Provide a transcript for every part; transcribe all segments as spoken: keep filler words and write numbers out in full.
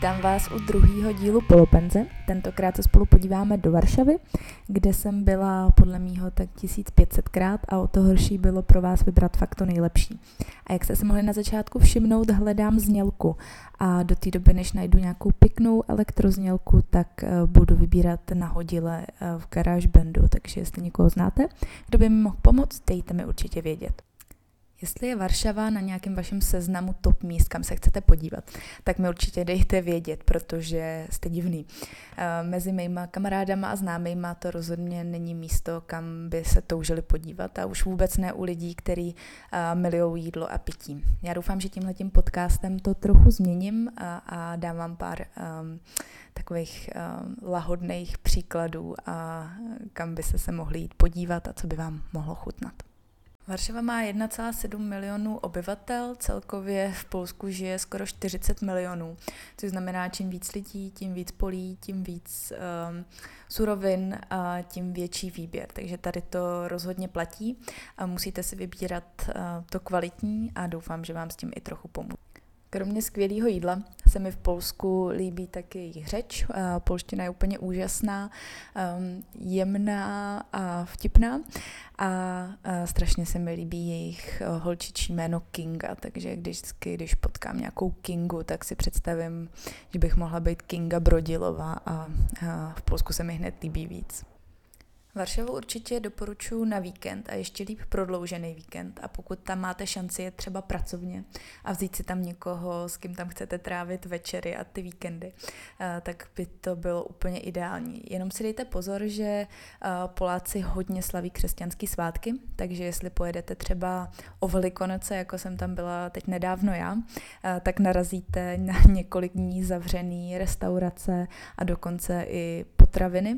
Vítám vás u druhého dílu Polopenze. Tentokrát se spolu podíváme do Varšavy, kde jsem byla podle mýho tak tisíc pět set krát a o to horší bylo pro vás vybrat fakt to nejlepší. A jak jste se mohli na začátku všimnout, hledám znělku a do té doby, než najdu nějakou pěknou elektroznělku, tak uh, budu vybírat nahodile uh, v GarageBandu, takže jestli někoho znáte, kdo by mi mohl pomoct, dejte mi určitě vědět. Jestli je Varšava na nějakém vašem seznamu top míst, kam se chcete podívat, tak mi určitě dejte vědět, protože jste divný. Mezi mýma kamarádama a známejma to rozhodně není místo, kam by se toužili podívat a už vůbec ne u lidí, kteří milují jídlo a pití. Já doufám, že tímhletím podcastem to trochu změním a, a dám vám pár um, takových um, lahodných příkladů, a kam byste se mohli jít podívat a co by vám mohlo chutnat. Varšava má jedna celá sedm milionů obyvatel, celkově v Polsku žije skoro čtyřicet milionů, což znamená, čím víc lidí, tím víc polí, tím víc um, surovin a tím větší výběr. Takže tady to rozhodně platí a musíte si vybírat uh, to kvalitní a doufám, že vám s tím i trochu pomůžu. Kromě skvělého jídla se mi v Polsku líbí taky řeč. Polština je úplně úžasná, jemná a vtipná a strašně se mi líbí jejich holčičí jméno Kinga, takže když, když potkám nějakou Kingu, tak si představím, že bych mohla být Kinga Brodilová a v Polsku se mi hned líbí víc. Varšavu určitě doporučuji na víkend a ještě líp prodloužený víkend, a pokud tam máte šanci jet třeba pracovně a vzít si tam někoho, s kým tam chcete trávit večery a ty víkendy, tak by to bylo úplně ideální. Jenom si dejte pozor, že Poláci hodně slaví křesťanský svátky, takže jestli pojedete třeba o Velikonoce, jako jsem tam byla teď nedávno já, tak narazíte na několik dní zavřený restaurace a dokonce i potraviny,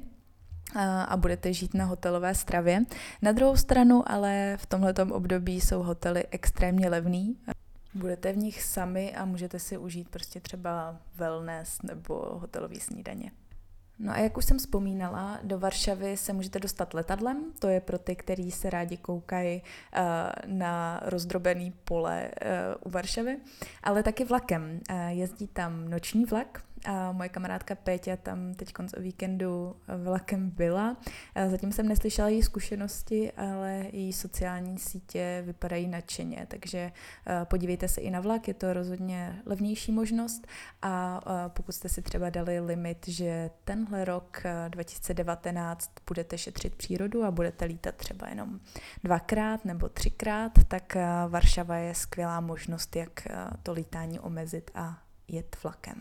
a budete žít na hotelové stravě. Na druhou stranu ale v tomhletom období jsou hotely extrémně levný. Budete v nich sami a můžete si užít prostě třeba wellness nebo hotelový snídaně. No a jak už jsem vzpomínala, do Varšavy se můžete dostat letadlem, to je pro ty, kteří se rádi koukají uh, na rozdrobený pole uh, u Varšavy, ale taky vlakem. Uh, jezdí tam noční vlak a moje kamarádka Péťa tam teď o víkendu vlakem byla. Uh, zatím jsem neslyšela její zkušenosti, ale její sociální sítě vypadají nadšeně, takže uh, podívejte se i na vlak, je to rozhodně levnější možnost a uh, pokud jste si třeba dali limit, že tenhle rok dva tisíce devatenáct budete šetřit přírodu a budete lítat třeba jenom dvakrát nebo třikrát, tak Varšava je skvělá možnost, jak to lítání omezit a jet vlakem.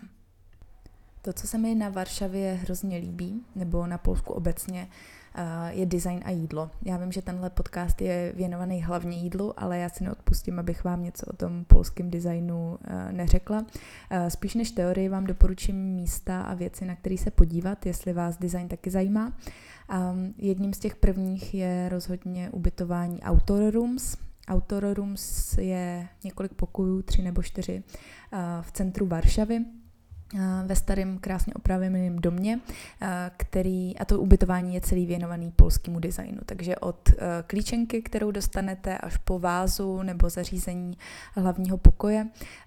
To, co se mi na Varšavě hrozně líbí, nebo na Polsku obecně, je design a jídlo. Já vím, že tenhle podcast je věnovaný hlavně jídlu, ale já si neodpustím, abych vám něco o tom polském designu neřekla. Spíš než teorii vám doporučím místa a věci, na které se podívat, jestli vás design taky zajímá. Jedním z těch prvních je rozhodně ubytování Outdoor Rooms. Outdoor Rooms je několik pokojů, tři nebo čtyři, v centru Varšavy, ve starém krásně opraveném domě, který, a to ubytování je celý věnovaný polskému designu. Takže od klíčenky, kterou dostanete, až po vázu nebo zařízení hlavního pokoje,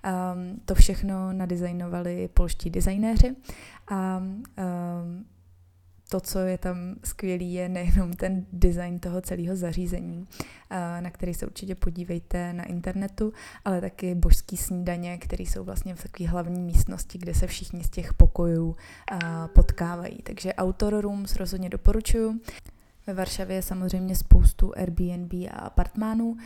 to všechno nadizajnovali polští designéři. A to, co je tam skvělý, je nejenom ten design toho celého zařízení, na který se určitě podívejte na internetu, ale taky božský snídaně, které jsou vlastně v takové hlavní místnosti, kde se všichni z těch pokojů potkávají. Takže Outdoor Rooms rozhodně doporučuju. Ve Varšavě je samozřejmě spoustu Airbnb a apartmánů.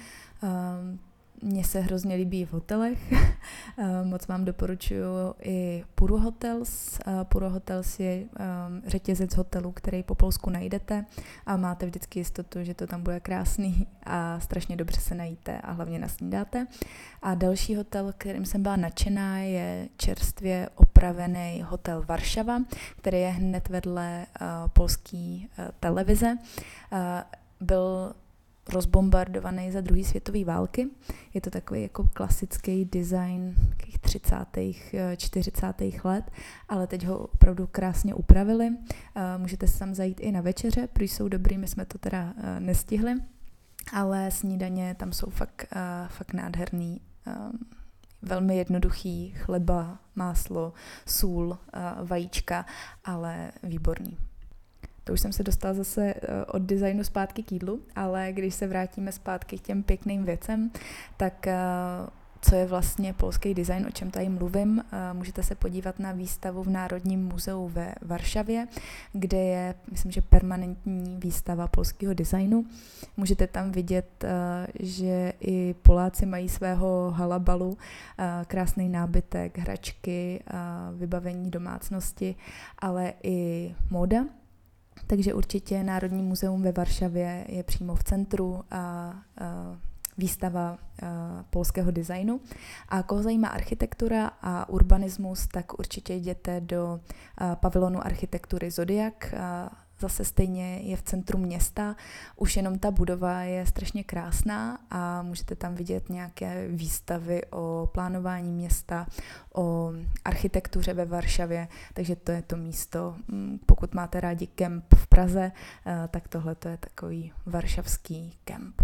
Mně se hrozně líbí v hotelech, moc vám doporučuji i Puro Hotels. Puro Hotels je řetězec hotelů, který po Polsku najdete a máte vždycky jistotu, že to tam bude krásný a strašně dobře se najíte a hlavně nasnídáte. A další hotel, kterým jsem byla nadšená, je čerstvě opravený hotel Varšava, který je hned vedle polský televize. Byl rozbombardovaný za druhé světové války. Je to takový jako klasický design takových třicátých, čtyřicátých let, ale teď ho opravdu krásně upravili. Můžete se tam zajít i na večeře, protože jsou dobrý, my jsme to teda nestihli, ale snídaně tam jsou fakt, fakt nádherný. velmi jednoduchý, chleba, máslo, sůl, vajíčka, ale výborný. To už jsem se dostala zase od designu zpátky k jídlu, ale když se vrátíme zpátky k těm pěkným věcem, tak co je vlastně polský design, o čem tady mluvím, můžete se podívat na výstavu v Národním muzeu ve Varšavě, kde je, myslím, že permanentní výstava polského designu. Můžete tam vidět, že i Poláci mají svého halabalu, krásný nábytek, hračky, vybavení domácnosti, ale i móda. Takže určitě Národní muzeum ve Varšavě je přímo v centru a, a výstava a, polského designu. A koho zajímá architektura a urbanismus, tak určitě jděte do a, pavilonu architektury Zodiak. A, Zase stejně je v centru města, už jenom ta budova je strašně krásná a můžete tam vidět nějaké výstavy o plánování města, o architektuře ve Varšavě, takže to je to místo. Pokud máte rádi kemp v Praze, tak tohle to je takový varšavský kemp.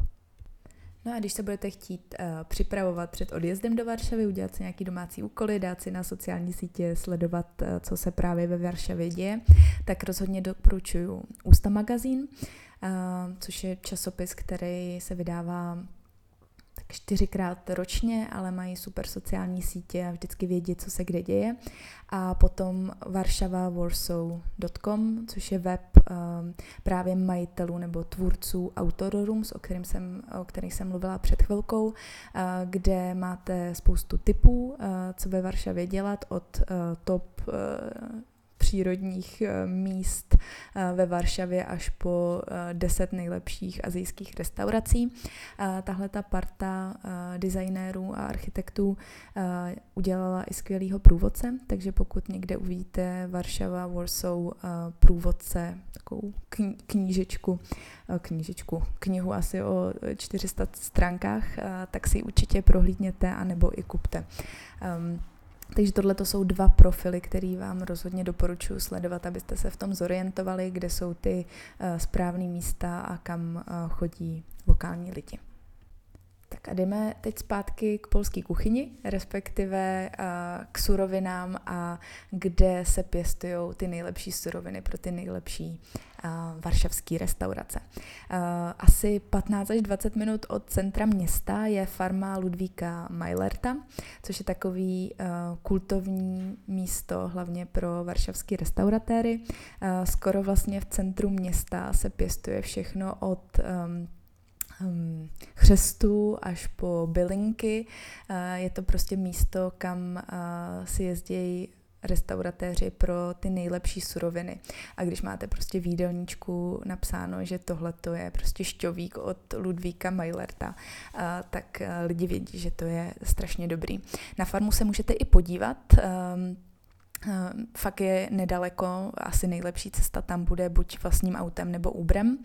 No a když se budete chtít uh, připravovat před odjezdem do Varšavy, udělat si nějaký domácí úkoly, dát si na sociální sítě, sledovat, uh, co se právě ve Varšavě děje, tak rozhodně doporučuji Ústa magazín, uh, což je časopis, který se vydává tak čtyřikrát ročně, ale mají super sociální sítě a vždycky vědí, co se kde děje. A potom varšava warsaw tečka com, což je web um, právě majitelů nebo tvůrců Outdoor Rooms, o, kterým jsem, o kterých jsem mluvila před chvilkou, uh, kde máte spoustu tipů, uh, co ve Varšavě dělat, od uh, top uh, přírodních míst ve Varšavě až po deset nejlepších asijských restaurací. Tahle ta parta designérů a architektů udělala i skvělýho průvodce, takže pokud někde uvidíte Varšava, Warsaw průvodce, takovou knížečku, knížečku, knihu asi o čtyři sta stránkách, tak si ji určitě prohlídněte anebo i kupte. Um, Takže tohle to jsou dva profily, které vám rozhodně doporučuji sledovat, abyste se v tom zorientovali, kde jsou ty uh, správné místa a kam uh, chodí lokální lidi. Tak a jdeme teď zpátky k polské kuchyni, respektive uh, k surovinám a kde se pěstují ty nejlepší suroviny pro ty nejlepší uh, varšavské restaurace. Uh, asi patnáct až dvacet minut od centra města je farma Ludvíka Majlerta, což je takový uh, kultovní místo hlavně pro varšavské restauratéry. Uh, skoro vlastně v centru města se pěstuje všechno od um, Um, chřestů až po bylinky. Uh, je to prostě místo, kam uh, si jezdí restauratéři pro ty nejlepší suroviny. A když máte prostě v jídelníčku napsáno, že tohle to je prostě šťovík od Ludvíka Majlerta, uh, tak uh, lidi vědí, že to je strašně dobrý. Na farmu se můžete i podívat. Um, Fakt je nedaleko, asi nejlepší cesta tam bude buď vlastním autem nebo Uberem.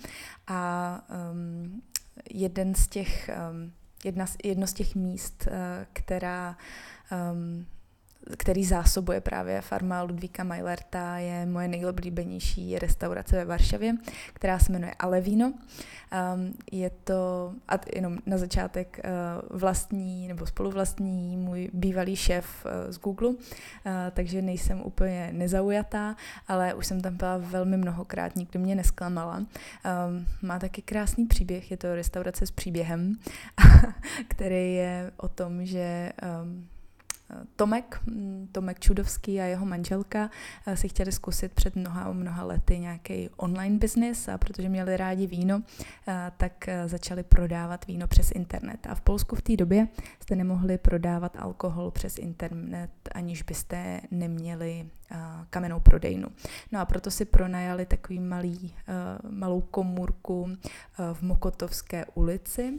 A um, jeden z těch, um, jedna z, jedno z těch míst, uh, která, um, který zásobuje právě farma Ludvíka Majlerta, je moje nejoblíbenější restaurace ve Varšavě, která se jmenuje Ale Víno. Um, je to, a jenom na začátek, uh, vlastní nebo spoluvlastní můj bývalý šéf uh, z Google, uh, takže nejsem úplně nezaujatá, ale už jsem tam byla velmi mnohokrát, nikdy mě nesklamala. Um, má taky krásný příběh, je to restaurace s příběhem, který je o tom, že um, Tomek, Tomek Čudovský a jeho manželka si chtěli zkusit před mnoha mnoha lety nějaký online business a protože měli rádi víno, tak začali prodávat víno přes internet. A v Polsku v té době jste nemohli prodávat alkohol přes internet, aniž byste neměli kamennou prodejnu. No a proto si pronajali takový malý, malou komůrku v Mokotovské ulici,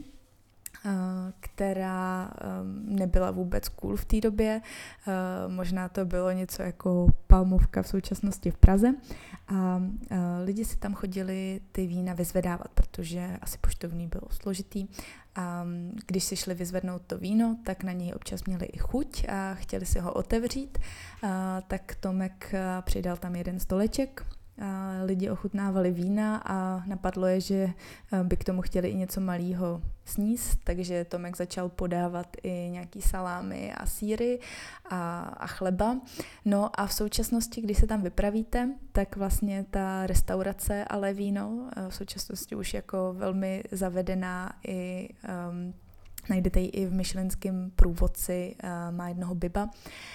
která nebyla vůbec cool v té době. Možná to bylo něco jako Palmovka v současnosti v Praze. A lidi si tam chodili ty vína vyzvedávat, protože asi poštovní bylo složitý. A když si šli vyzvednout to víno, tak na něj občas měli i chuť a chtěli si ho otevřít. A tak Tomek přidal tam jeden stoleček lidi ochutnávali vína a napadlo je, že by k tomu chtěli i něco malého sníst, takže Tomek začal podávat i nějaký salámy a sýry a, a chleba. No a v současnosti, když se tam vypravíte, tak vlastně ta restaurace Ale víno v současnosti už jako velmi zavedená i um, najdete ji i v michelinském průvodci, uh, má jednoho biba, uh,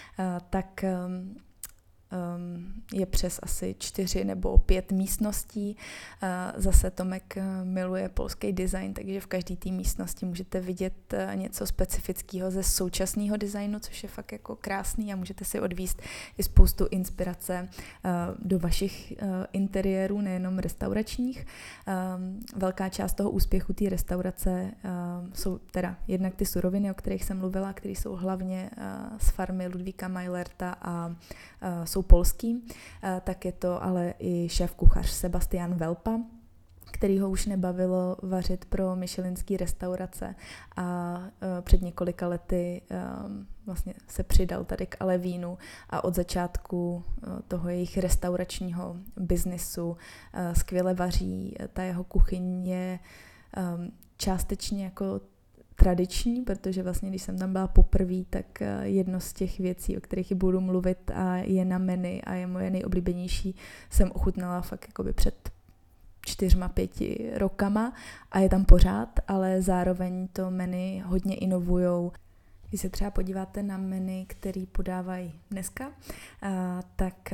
tak um, Um, je přes asi čtyři nebo pět místností. Uh, zase Tomek uh, miluje polský design, takže v každé té místnosti můžete vidět uh, něco specifického ze současného designu, což je fakt jako krásný a můžete si odvíst i spoustu inspirace uh, do vašich uh, interiérů, nejenom restauračních. Um, velká část toho úspěchu té restaurace uh, jsou teda jednak ty suroviny, o kterých jsem mluvila, které jsou hlavně uh, z farmy Ludvíka Majlerta a uh, jsou polský, tak je to ale i šéf-kuchař Sebastian Velpa, který ho už nebavilo vařit pro michelinský restaurace a před několika lety vlastně se přidal tady k Ale vínu a od začátku toho jejich restauračního biznisu skvěle vaří. Ta jeho kuchyň je částečně jako tradiční, protože vlastně, když jsem tam byla poprvé, tak jedno z těch věcí, o kterých budu mluvit a je na menu a je moje nejoblíbenější, jsem ochutnala fakt jakoby před čtyřma, pěti rokama a je tam pořád, ale zároveň to menu hodně inovujou. Když se třeba podíváte na menu, který podávají dneska, tak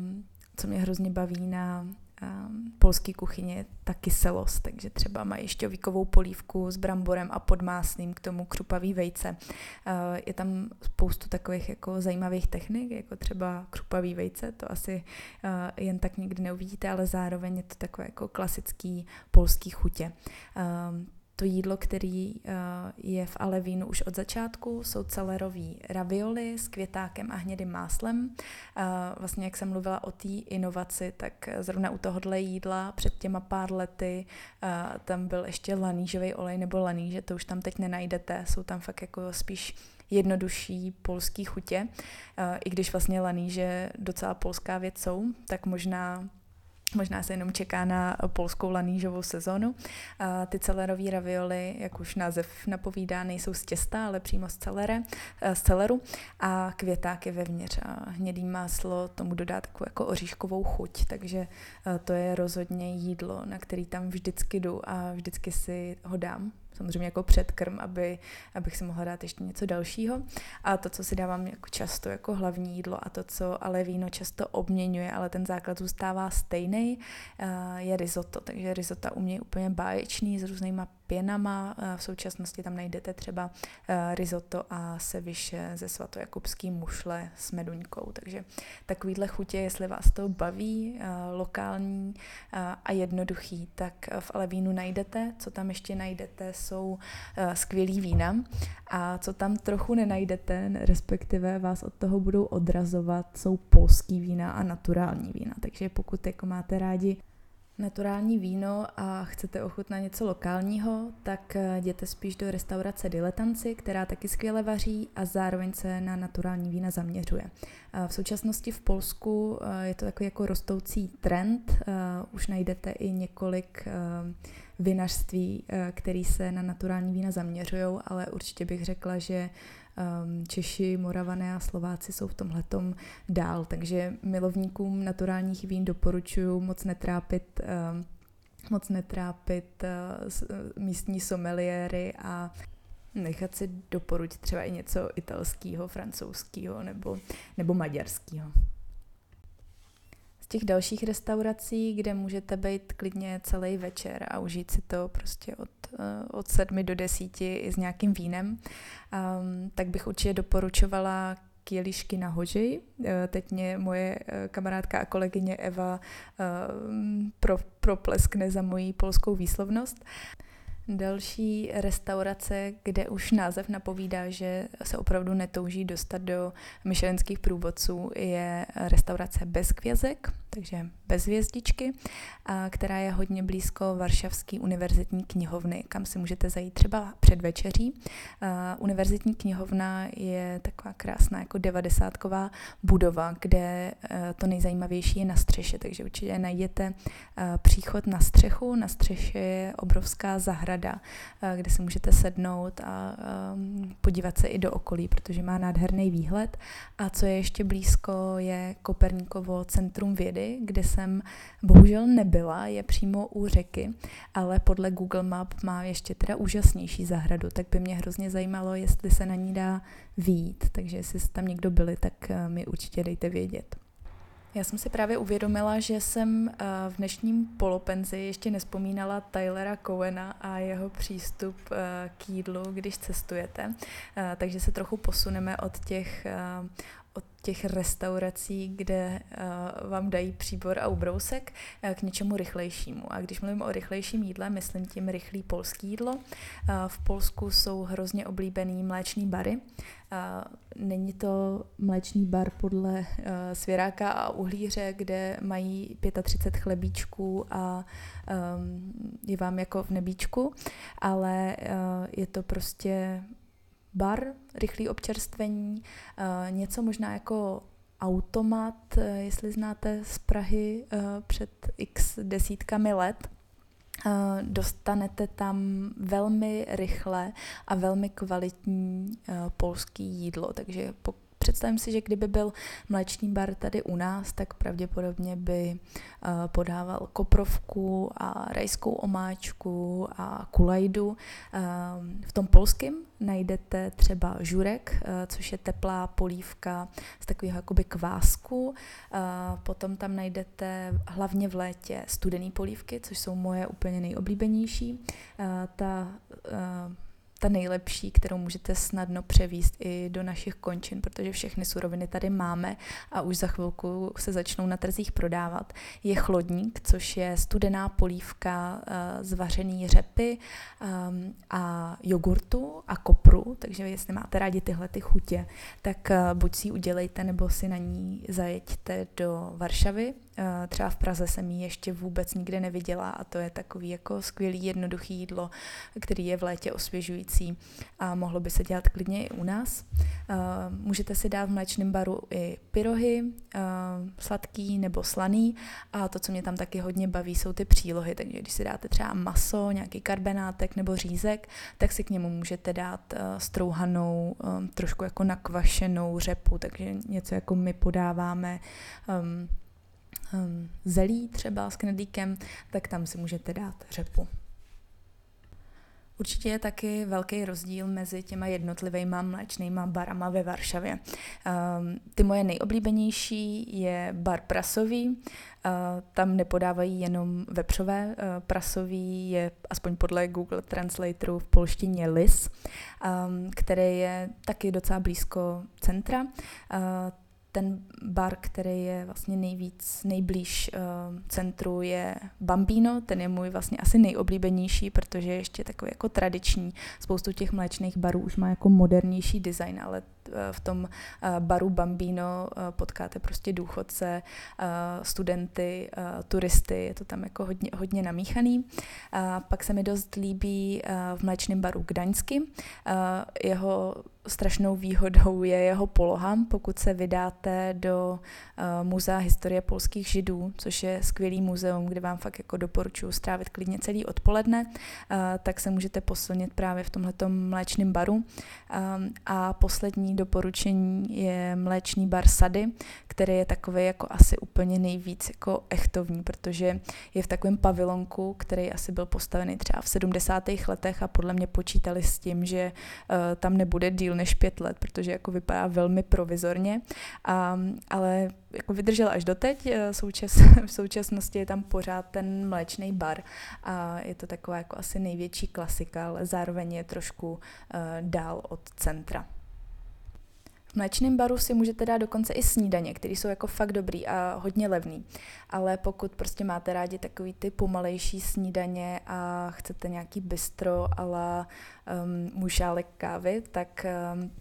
co mě hrozně baví na Um, polský kuchyně je ta kyselost, takže třeba mají šťovíkovou polívku s bramborem a podmáslím, k tomu křupavý vejce. Uh, je tam spoustu takových jako zajímavých technik, jako třeba křupavý vejce, to asi uh, jen tak nikdy neuvidíte, ale zároveň je to takové jako klasický polský chutě. Um, To jídlo, který uh, je v Ale vínu už od začátku, jsou celerový ravioli s květákem a hnědým máslem. Uh, vlastně, jak jsem mluvila o té inovaci, tak zrovna u tohohle jídla před těma pár lety uh, tam byl ještě lanížový olej nebo laníže, to už tam teď nenajdete, jsou tam fakt jako spíš jednodušší polský chutě. Uh, I když vlastně laníže docela polská věc jsou, tak možná Možná se jenom čeká na polskou lanížovou sezonu. A ty celerové ravioli, jak už název napovídá, nejsou z těsta, ale přímo z, celere, z celeru a květák je vevnitř a hnědý máslo tomu dodá takovou jako oříškovou chuť, takže to je rozhodně jídlo, na který tam vždycky jdu a vždycky si ho dám. Samozřejmě jako předkrm, aby, abych si mohla dát ještě něco dalšího. A to, co si dávám jako často jako hlavní jídlo a to, co Ale víno často obměňuje, ale ten základ zůstává stejný, je risotto. Takže risotto umějí úplně báječný s různýma pěnama. V současnosti tam najdete třeba risotto a seviše ze svatojakubský mušle s meduňkou. Takže takovýhle chutě, jestli vás to baví, lokální a jednoduchý, tak v Ale vínu najdete. Co tam ještě najdete, jsou skvělý vína a co tam trochu nenajdete, respektive vás od toho budou odrazovat, jsou polský vína a naturální vína. Takže pokud jako máte rádi naturální víno a chcete ochutnat něco lokálního, tak jděte spíš do restaurace Diletanci, která taky skvěle vaří a zároveň se na naturální vína zaměřuje. V současnosti v Polsku je to takový jako rostoucí trend, už najdete i několik vinařství, který se na naturální vína zaměřují, ale určitě bych řekla, že Češi, Moravané a Slováci jsou v tomhletom dál, takže milovníkům naturálních vín doporučuji moc netrápit, moc netrápit místní someliéry a nechat si doporučit třeba i něco italského, francouzského nebo, nebo maďarského. Z těch dalších restaurací, kde můžete být klidně celý večer a užít si to prostě od, od sedmi do desíti i s nějakým vínem, um, tak bych určitě doporučovala Kielišky na Hoži. Teď mě moje kamarádka a kolegyně Eva um, pro, propleskne za moji polskou výslovnost. Další restaurace, kde už název napovídá, že se opravdu netouží dostat do michelinských průvodců, je restaurace Bez kvězek. takže bez hvězdičky, a která je hodně blízko Varšavské univerzitní knihovny, kam si můžete zajít třeba před večeří. A univerzitní knihovna je taková krásná jako devadesátková budova, kde to nejzajímavější je na střeše, takže určitě najdete příchod na střechu. Na střeše je obrovská zahrada, kde si můžete sednout a podívat se i do okolí, protože má nádherný výhled. A co je ještě blízko, je Koperníkovo centrum vědy, kde jsem bohužel nebyla, je přímo u řeky, ale podle Google Map má ještě teda úžasnější zahradu, tak by mě hrozně zajímalo, jestli se na ní dá vyjít, takže jestli jste tam někdo byli, tak mi určitě dejte vědět. Já jsem si právě uvědomila, že jsem v dnešním polopenzi ještě nespomínala Tylera Cowena a jeho přístup k jídlu, když cestujete. Takže se trochu posuneme od těch, od těch restaurací, kde uh, vám dají příbor a ubrousek, uh, k něčemu rychlejšímu. A když mluvím o rychlejším jídle, myslím tím rychlý polský jídlo. Uh, v Polsku jsou hrozně oblíbený mléčný bary. Uh, není to mléčný bar podle uh, Svěráka a Uhlíře, kde mají třicet pět chlebíčků a um, je vám jako v nebíčku, ale uh, je to prostě bar, rychlý občerstvení, uh, něco možná jako automat, uh, jestli znáte z Prahy uh, před x desítkami let. Uh, dostanete tam velmi rychle a velmi kvalitní uh, polský jídlo, takže po Představím si, že kdyby byl mléčný bar tady u nás, tak pravděpodobně by uh, podával koprovku a rajskou omáčku a kulajdu. Uh, v tom polském najdete třeba žurek, uh, což je teplá polívka z takového jakoby kvásku. Uh, potom tam najdete hlavně v létě studený polívky, což jsou moje úplně nejoblíbenější. Uh, ta uh, ta nejlepší, kterou můžete snadno převízt i do našich končin, protože všechny suroviny tady máme a už za chvilku se začnou na trzích prodávat. Je chlodník, což je studená polívka uh, z vařený řepy um, a jogurtu a kopru, takže jestli máte rádi tyhle ty chutě, tak uh, buď si ji udělejte, nebo si na ní zajeďte do Varšavy. Uh, třeba v Praze jsem ji ještě vůbec nikde neviděla a to je takový jako skvělý jednoduchý jídlo, který je v létě osvěžující a mohlo by se dělat klidně i u nás. Uh, můžete si dát v mléčném baru i pyrohy, uh, sladký nebo slaný, a to, co mě tam taky hodně baví, jsou ty přílohy, takže když si dáte třeba maso, nějaký karbenátek nebo řízek, tak si k němu můžete dát uh, strouhanou, um, trošku jako nakvašenou řepu, takže něco jako my podáváme um, um, zelí třeba s knedlíkem, tak tam si můžete dát řepu. Určitě je taky velký rozdíl mezi těma jednotlivýma mléčnýma barama ve Varšavě. Um, ty moje nejoblíbenější je bar prasový. Uh, tam nepodávají jenom vepřové. Uh, prasový je, aspoň podle Google Translatoru, v polštině lis, um, který je taky docela blízko centra. Uh, Ten bar, který je vlastně nejvíc, nejblíž uh, centru, je Bambino, ten je můj vlastně asi nejoblíbenější, protože je ještě takový jako tradiční. Spoustu těch mléčných barů už má jako modernější design, ale uh, v tom uh, baru Bambino uh, potkáte prostě důchodce, uh, studenty, uh, turisty, je to tam jako hodně, hodně namíchaný. Uh, pak se mi dost líbí uh, v mléčném baru Gdaňsky. Uh, jeho strašnou výhodou je jeho poloha. Pokud se vydáte do uh, Muzea historie polských židů, což je skvělý muzeum, kde vám fakt jako doporučuji strávit klidně celý odpoledne, uh, tak se můžete posilnit právě v tomhletom mléčném baru. Um, a poslední doporučení je mléčný bar Sady, který je takový jako asi úplně nejvíc jako echtovní, protože je v takovém pavilonku, který asi byl postavený třeba v sedmdesátých letech a podle mě počítali s tím, že uh, tam nebude díl než pět let, protože jako vypadá velmi provizorně, a, ale jako vydržel až doteď. Součas, v současnosti je tam pořád ten mléčný bar a je to taková jako asi největší klasika, ale zároveň je trošku uh, dál od centra. V mléčném baru si můžete dát dokonce i snídaně, které jsou jako fakt dobrý a hodně levný. Ale pokud prostě máte rádi takový ty pomalejší snídaně a chcete nějaký bistro a la um, můj šálek kávy, tak um,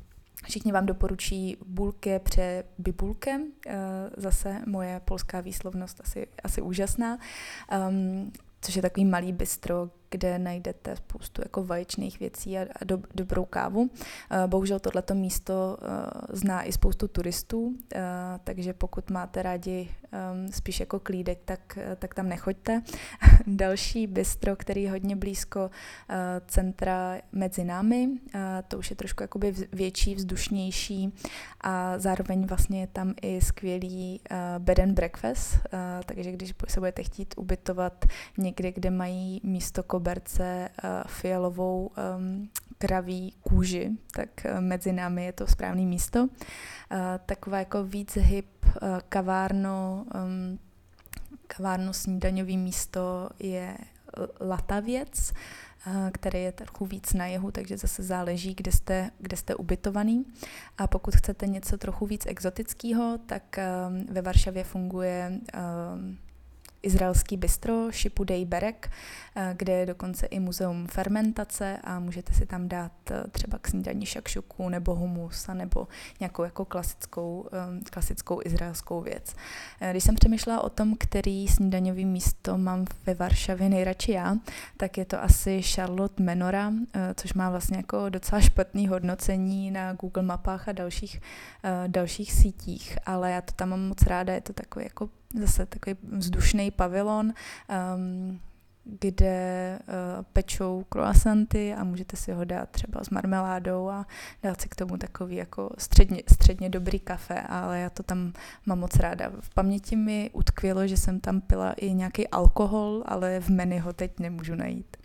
Všichni vám doporučí bulke pře bibulkem, zase moje polská výslovnost asi, asi úžasná, um, což je takový malý bistro, kde najdete spoustu jako vaječných věcí a, a do, dobrou kávu. Uh, bohužel tohleto místo uh, zná i spoustu turistů, uh, takže pokud máte rádi um, spíš jako klídek, tak, uh, tak tam nechoďte. Další bistro, který je hodně blízko uh, centra mezi námi, uh, to už je trošku jakoby větší, vzdušnější a zároveň vlastně je tam i skvělý uh, bed and breakfast, uh, takže když se budete chtít ubytovat někde, kde mají místo koberce uh, fialovou um, kraví kůži, tak uh, mezi námi je to správné místo. Uh, taková jako víc hip uh, kavárno, um, kavárno snídaňový místo je Latavěc, uh, který je trochu víc na jihu, takže zase záleží, kde jste, kde jste ubytovaný. A pokud chcete něco trochu víc exotického, tak um, ve Varšavě funguje um, izraelský bistro Šipudej Berek, kde je dokonce i muzeum fermentace a můžete si tam dát třeba k snídani šakšuku nebo humus a nebo nějakou jako klasickou, klasickou izraelskou věc. Když jsem přemýšlela o tom, který snídaňový místo mám ve Varšavě nejradši já, tak je to asi Charlotte Menora, což má vlastně jako docela špatný hodnocení na Google mapách a dalších, dalších sítích, ale já to tam mám moc ráda, je to takový jako zase takový vzdušný pavilon, um, kde uh, pečou croissanty a můžete si ho dát třeba s marmeládou a dát si k tomu takový jako středně, středně dobrý kafe, ale já to tam mám moc ráda. V paměti mi utkvělo, že jsem tam pila i nějaký alkohol, ale v menu ho teď nemůžu najít.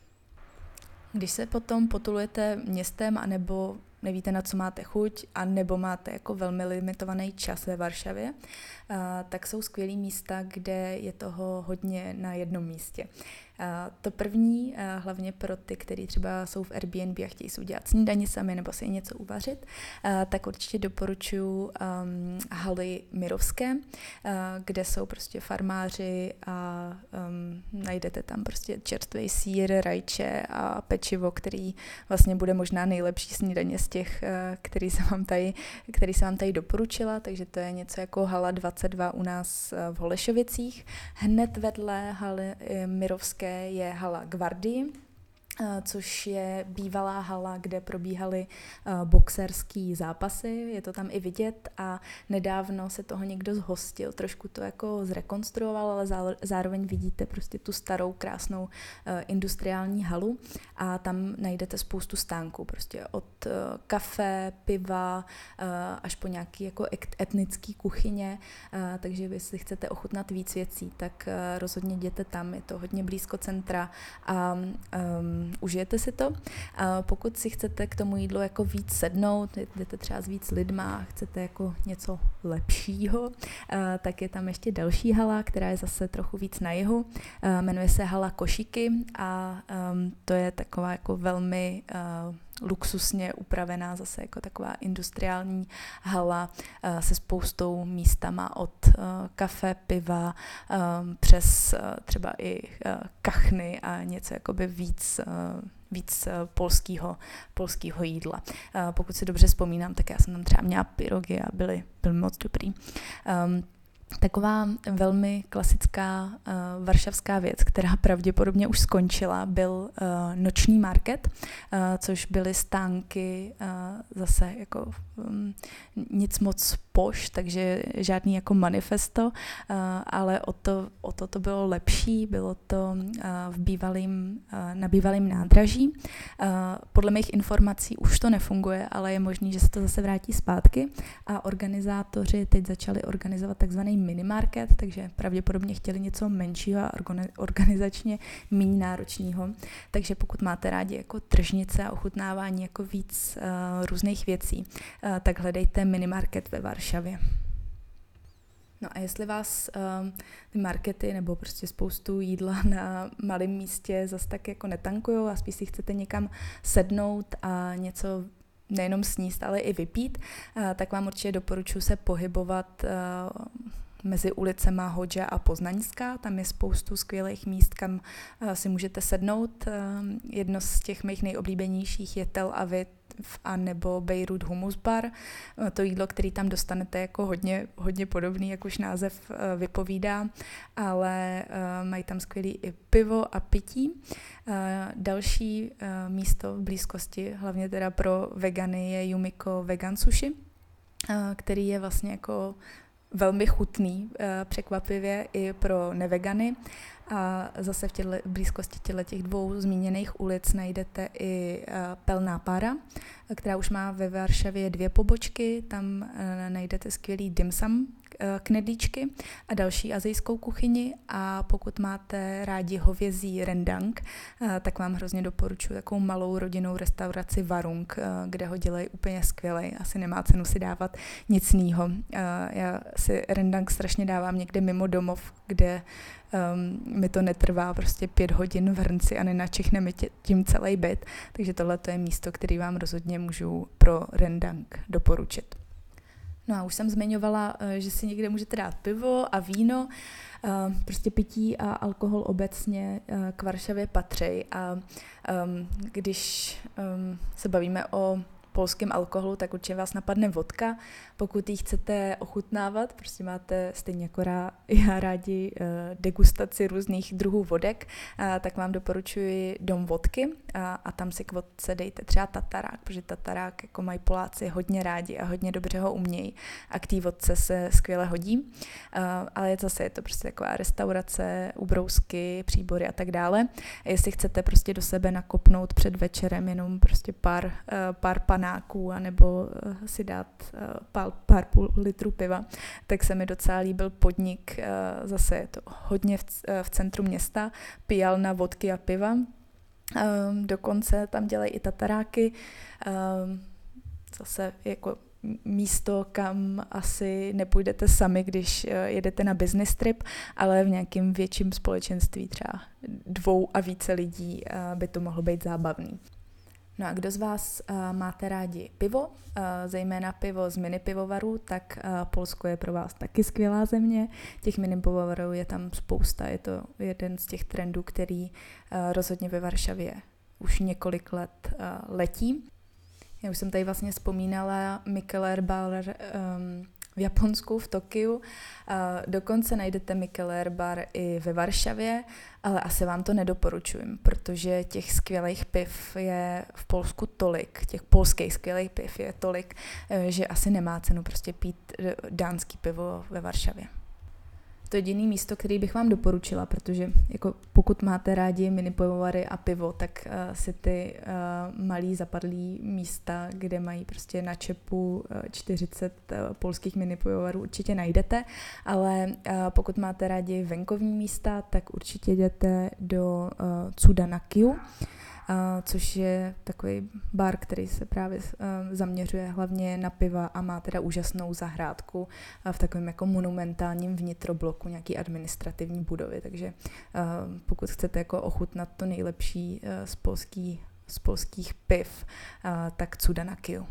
Když se potom potulujete městem anebo nevíte, na co máte chuť, a nebo máte jako velmi limitovaný čas ve Varšavě, uh, tak jsou skvělý místa, kde je toho hodně na jednom místě. Uh, to první, uh, hlavně pro ty, kteří třeba jsou v Airbnb a chtějí si udělat snídani sami nebo si něco uvařit, uh, tak určitě doporučuji um, haly Mirovské, uh, kde jsou prostě farmáři a um, najdete tam prostě čerstvý sýr, rajče a pečivo, který vlastně bude možná nejlepší snídaně z těch, uh, který jsem vám tady, který jsem vám tady doporučila, takže to je něco jako hala dvacet dva u nás uh, v Holešovicích. Hned vedle haly uh, Mirovské je hala Gvardii, což je bývalá hala, kde probíhaly boxerský zápasy, je to tam i vidět a nedávno se toho někdo zhostil, trošku to jako zrekonstruoval, ale zároveň vidíte prostě tu starou krásnou industriální halu a tam najdete spoustu stánků, prostě od kafe, piva až po nějaký jako etnický kuchyně, takže vy si chcete ochutnat víc věcí, tak rozhodně jděte tam, je to hodně blízko centra a um, užijete si to. A pokud si chcete k tomu jídlu jako víc sednout, jdete třeba s víc lidma a chcete jako něco lepšího, tak je tam ještě další hala, která je zase trochu víc na jihu. Jmenuje se hala Košíky a um, to je taková jako velmi uh, luxusně upravená zase jako taková industriální hala uh, se spoustou místama od uh, kafe, piva um, přes uh, třeba i uh, kachny a něco jakoby víc uh, víc uh, polského, polského jídla. Uh, pokud si dobře vzpomínám, tak já jsem tam třeba měla pyrogy a byly, byly moc dobrý. Um, Taková velmi klasická uh, varšavská věc, která pravděpodobně už skončila, byl uh, noční market, uh, což byly stánky uh, zase jako um, nic moc poš, takže žádný jako manifesto, uh, ale o to, o to to bylo lepší, bylo to uh, v bývalým, uh, na bývalým nádraží. Uh, podle mých informací už to nefunguje, ale je možný, že se to zase vrátí zpátky a organizátoři teď začali organizovat takzvaný minimarket, takže pravděpodobně chtěli něco menšího a organizačně méně náročného. Takže pokud máte rádi jako tržnice a ochutnávání jako víc uh, různých věcí, uh, tak hledejte minimarket ve Varšavě. No a jestli vás uh, ty markety nebo prostě spoustu jídla na malém místě zase tak jako netankujou a spíš si chcete někam sednout a něco nejenom sníst, ale i vypít, uh, tak vám určitě doporučuji se pohybovat uh, mezi ulicema Hodža a Poznaňská. Tam je spoustu skvělých míst, kam uh, si můžete sednout. Uh, jedno z těch mých nejoblíbenějších je Tel Aviv, a nebo Beirut Hummus Bar. To jídlo, který tam dostanete, jako hodně, hodně podobný, jak už název vypovídá, ale mají tam skvělý i pivo a pití. Další místo v blízkosti, hlavně teda pro vegany, je Yumiko Vegan Sushi, který je vlastně jako velmi chutný, překvapivě i pro nevegany. A zase v těle, blízkosti těch dvou zmíněných ulic najdete i Pelná pára, která už má ve Varšavě dvě pobočky. Tam najdete skvělý dim sum knedlíčky a další asijskou kuchyni. A pokud máte rádi hovězí rendang, tak vám hrozně doporučuji takovou malou rodinnou restauraci Varung, kde ho dělají úplně skvělej. Asi nemá cenu si dávat nic jiného. Já si rendang strašně dávám někde mimo domov, kde Um, mi to netrvá prostě pět hodin v hrnci a nenačichne mi tě, tím celý byt. Takže tohle to je místo, který vám rozhodně můžu pro rendang doporučit. No a už jsem zmiňovala, že si někde můžete dát pivo a víno. Prostě pití a alkohol obecně k Varšavě patří. A um, když um, se bavíme o polském alkoholu, tak určitě vás napadne vodka. Pokud ji chcete ochutnávat, prostě máte stejně jako rá, já rádi degustaci různých druhů vodek, tak vám doporučuji Dom vodky a, a tam si k vodce dejte třeba tatarák, protože tatarák jako mají Poláci hodně rádi a hodně dobře ho umějí a k té vodce se skvěle hodí. Ale zase je to prostě taková restaurace, ubrousky, příbory a tak dále. A jestli chcete prostě do sebe nakopnout před večerem jenom prostě pár, pár panáků anebo si dát pár pár půl litru piva, tak se mi docela líbil podnik, zase je to hodně v, v centru města, pijalna vodky a piva. Dokonce tam dělají i tataráky, zase jako místo, kam asi nepůjdete sami, když jedete na business trip, ale v nějakém větším společenství, třeba dvou a více lidí, by to mohlo být zábavný. No a kdo z vás uh, máte rádi pivo, uh, zejména pivo z mini pivovarů, tak uh, Polsko je pro vás taky skvělá země. Těch mini pivovarů je tam spousta, je to jeden z těch trendů, který uh, rozhodně ve Varšavě už několik let uh, letí. Já už jsem tady vlastně vzpomínala Mikkeller Bar um, v Japonsku, v Tokiu. Uh, dokonce najdete Mikkeller Bar i ve Varšavě, ale asi vám to nedoporučuji, protože těch skvělých piv je v Polsku tolik, těch polských skvělých piv je tolik, že asi nemá cenu prostě pít dánský pivo ve Varšavě. To je jediné místo, který bych vám doporučila, protože jako pokud máte rádi mini pivovary a pivo, tak uh, si ty uh, malý zapadlý místa, kde mají prostě na čepu uh, čtyřicet uh, polských mini pivovarů, určitě najdete, ale uh, pokud máte rádi venkovní místa, tak určitě jděte do uh, Cuda na Kyju, Uh, což je takový bar, který se právě uh, zaměřuje hlavně na piva a má teda úžasnou zahrádku uh, v takovém jako monumentálním vnitrobloku nějaký administrativní budovy, takže uh, pokud chcete jako ochutnat to nejlepší uh, z, polský, z polských piv, uh, tak Cuda na Kyju.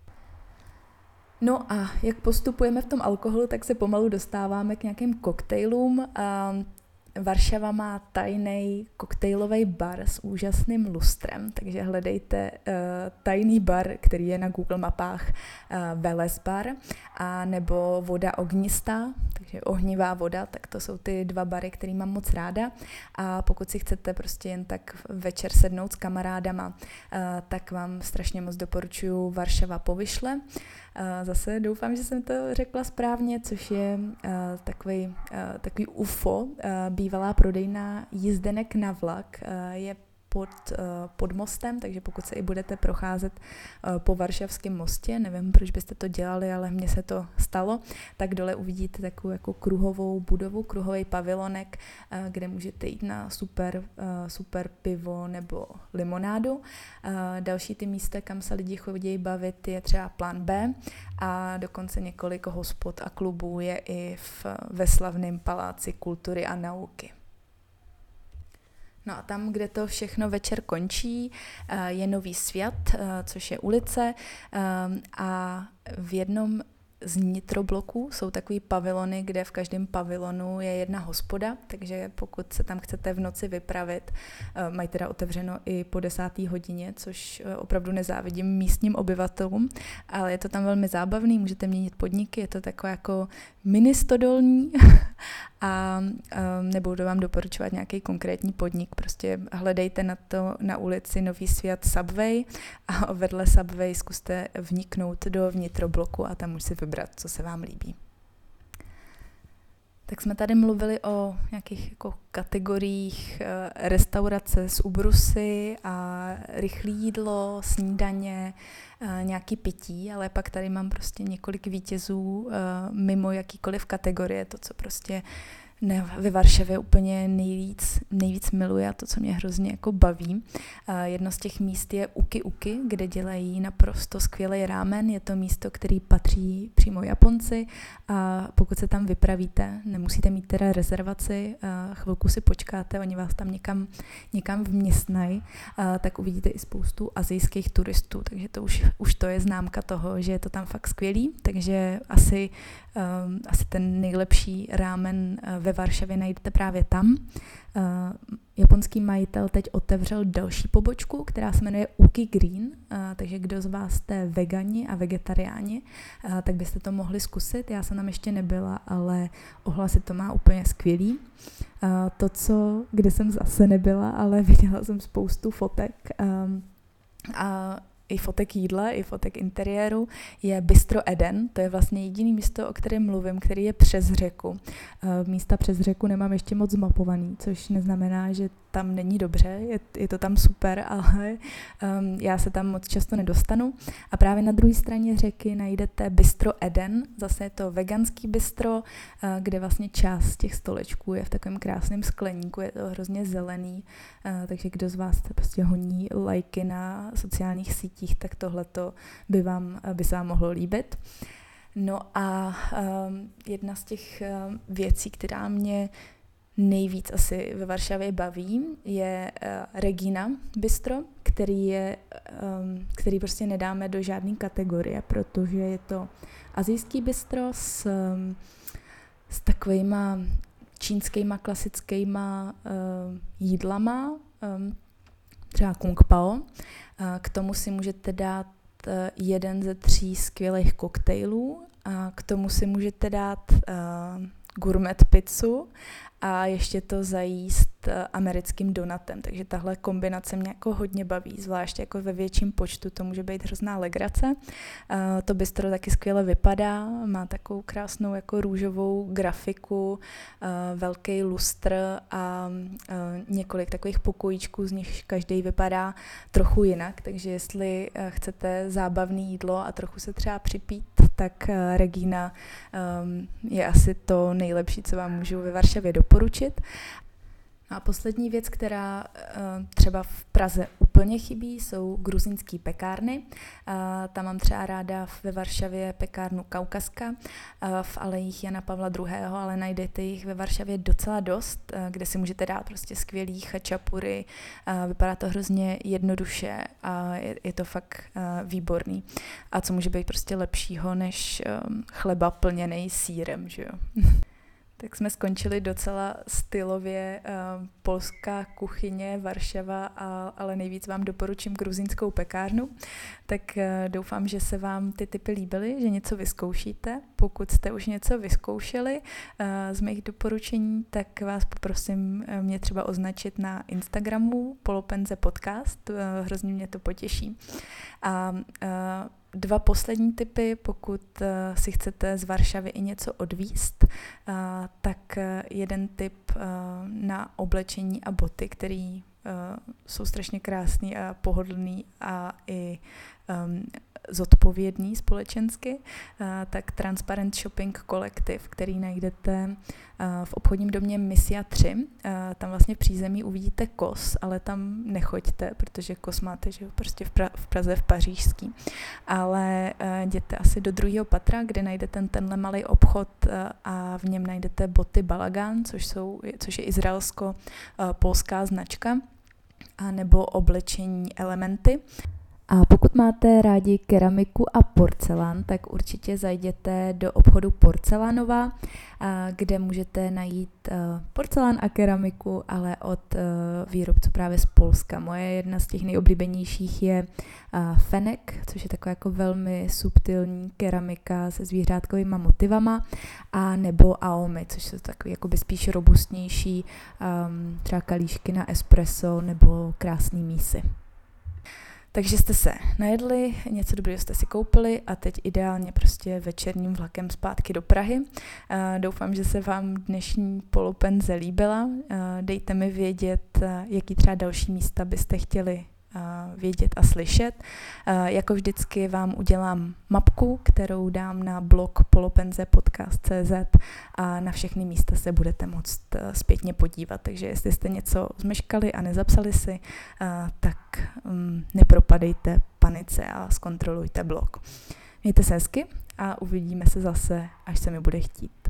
No a jak postupujeme v tom alkoholu, tak se pomalu dostáváme k nějakým koktejlům. Uh, Varšava má tajný koktejlový bar s úžasným lustrem, takže hledejte uh, tajný bar, který je na Google mapách uh, Veles bar, a nebo Voda ognistá, takže ohnivá voda, tak to jsou ty dva bary, který mám moc ráda. A pokud si chcete prostě jen tak večer sednout s kamarádama, uh, tak vám strašně moc doporučuji Varšava Povyšle. Zase doufám, že jsem to řekla správně, což je uh, takový, uh, takový U F O, uh, bývalá prodejna jízdenek na vlak, uh, je pod, uh, pod mostem, takže pokud se i budete procházet uh, po Varšavském mostě, nevím, proč byste to dělali, ale mně se to stalo, tak dole uvidíte takovou jako kruhovou budovu, kruhový pavilonek, uh, kde můžete jít na super, uh, super pivo nebo limonádu. Uh, další ty místa, kam se lidi chodí bavit, je třeba Plán B a dokonce několik hospod a klubů je i v, ve slavném Paláci kultury a nauky. No a tam, kde to všechno večer končí, je Nový Svět, což je ulice, a v jednom z nitrobloků. Jsou takový pavilony, kde v každém pavilonu je jedna hospoda, takže pokud se tam chcete v noci vypravit, mají teda otevřeno i po desáté hodině, což opravdu nezávidím místním obyvatelům, ale je to tam velmi zábavný, můžete měnit podniky, je to takové jako mini stodolní a um, nebudu vám doporučovat nějaký konkrétní podnik, prostě hledejte na to na ulici Nový svět Subway a vedle Subway zkuste vniknout do vnitrobloku a tam už si vybrat, co se vám líbí. Tak jsme tady mluvili o nějakých jako kategoriích restaurace s ubrusy a rychlé jídlo, snídaně, nějaký pití, ale pak tady mám prostě několik vítězů mimo jakýkoliv kategorie, to, co prostě ne, ve Varšavě úplně nejvíc, nejvíc miluji a to, co mě hrozně jako baví. Jedno z těch míst je Uki Uki, kde dělají naprosto skvělý rámen. Je to místo, který patří přímo Japonci a pokud se tam vypravíte, nemusíte mít teda rezervaci, chvilku si počkáte, oni vás tam někam, někam vměstnají, tak uvidíte i spoustu asijských turistů, takže to už, už to je známka toho, že je to tam fakt skvělý, takže asi, um, asi ten nejlepší rámen ve Varšavě najdete právě tam. Uh, japonský majitel teď otevřel další pobočku, která se jmenuje Uki Green, uh, takže kdo z vás jste vegani a vegetariáni, uh, tak byste to mohli zkusit. Já jsem tam ještě nebyla, ale ohlasy to má úplně skvělý. Uh, to, co, kde jsem zase nebyla, ale viděla jsem spoustu fotek um, a i fotek jídla, i fotek interiéru, je Bistro Eden. To je vlastně jediné místo, o kterém mluvím, který je přes řeku. Místa přes řeku nemám ještě moc zmapovaný, což neznamená, že tam není dobře, je, je to tam super, ale um, já se tam moc často nedostanu. A právě na druhé straně řeky najdete Bistro Eden, zase je to veganský bistro, uh, kde vlastně část těch stolečků je v takovém krásném skleníku, je to hrozně zelený, uh, takže kdo z vás prostě honí lajky na sociálních sítích, tak tohleto by, vám, by se vám mohlo líbit. No a um, jedna z těch um, věcí, která mě nejvíc asi ve Varšavě baví, je uh, Regina Bistro, který, je, um, který prostě nedáme do žádné kategorie, protože je to asijský bistro s, um, s takovýma čínskýma klasickýma uh, jídlama, um, třeba kung pao. Uh, k tomu si můžete dát uh, jeden ze tří skvělých koktejlů a k tomu si můžete dát uh, gourmet pizzu a ještě to zajíst americkým donatem. Takže tahle kombinace mě jako hodně baví, zvláště jako ve větším počtu, to může být hrozná legrace. Uh, to bistro taky skvěle vypadá, má takovou krásnou jako růžovou grafiku, uh, velký lustr a uh, několik takových pokojíčků, z nich každý vypadá trochu jinak, takže jestli uh, chcete zábavné jídlo a trochu se třeba připít, tak uh, Regina um, je asi to nejlepší, co vám můžu ve Varšavě doporučit. A poslední věc, která uh, třeba v Praze úplně chybí, jsou gruzínský pekárny. Uh, tam mám třeba ráda ve Varšavě pekárnu Kaukaska, uh, v alejích Jana Pavla druhého., ale najdete jich ve Varšavě docela dost, uh, kde si můžete dát prostě skvělý chačapury. Uh, vypadá to hrozně jednoduše a je, je to fakt uh, výborný. A co může být prostě lepšího než um, chleba plněnej sýrem, že jo? Tak jsme skončili docela stylově uh, polská kuchyně, Varšava, a, ale nejvíc vám doporučím gruzínskou pekárnu. Tak uh, doufám, že se vám ty tipy líbily, že něco vyzkoušíte. Pokud jste už něco vyzkoušeli uh, z mých doporučení, tak vás poprosím uh, mě třeba označit na Instagramu Polopenze podcast, uh, hrozně mě to potěší. A uh, Dva poslední tipy, pokud uh, si chcete z Varšavy i něco odvízt, uh, tak uh, jeden tip uh, na oblečení a boty, který uh, jsou strašně krásný a pohodlný a i um, zodpovědný společensky, uh, tak Transparent Shopping Collective, který najdete uh, v obchodním domě Misia tři. Uh, tam vlastně v přízemí uvidíte Kos, ale tam nechoďte, protože Kos máte že prostě v, pra- v Praze v Pařížský. Ale uh, jděte asi do druhého patra, kde najdete tenhle malý obchod uh, a v něm najdete boty Balagan, což, jsou, což je izraelsko-polská značka, a nebo oblečení Elementy. A pokud máte rádi keramiku a porcelán, tak určitě zajděte do obchodu Porcelánova, kde můžete najít porcelán a keramiku, ale od výrobců právě z Polska. Moje jedna z těch nejoblíbenějších je Fenek, což je taková jako velmi subtilní keramika se zvířátkovýma motivama, a nebo Aomi, což jsou takový jakoby spíš robustnější, třeba kalíšky na espresso nebo krásný mísy. Takže jste se najedli, něco dobrého jste si koupili a teď ideálně prostě večerním vlakem zpátky do Prahy. Uh, doufám, že se vám dnešní polopenze líbila. Uh, dejte mi vědět, uh, jaký třeba další místa byste chtěli vědět a slyšet. Jako vždycky vám udělám mapku, kterou dám na blog polopenzepodcast tečka cé zet a na všechny místa se budete moct zpětně podívat. Takže jestli jste něco zmeškali a nezapsali si, tak nepropadejte panice a zkontrolujte blog. Mějte se hezky a uvidíme se zase, až se mi bude chtít.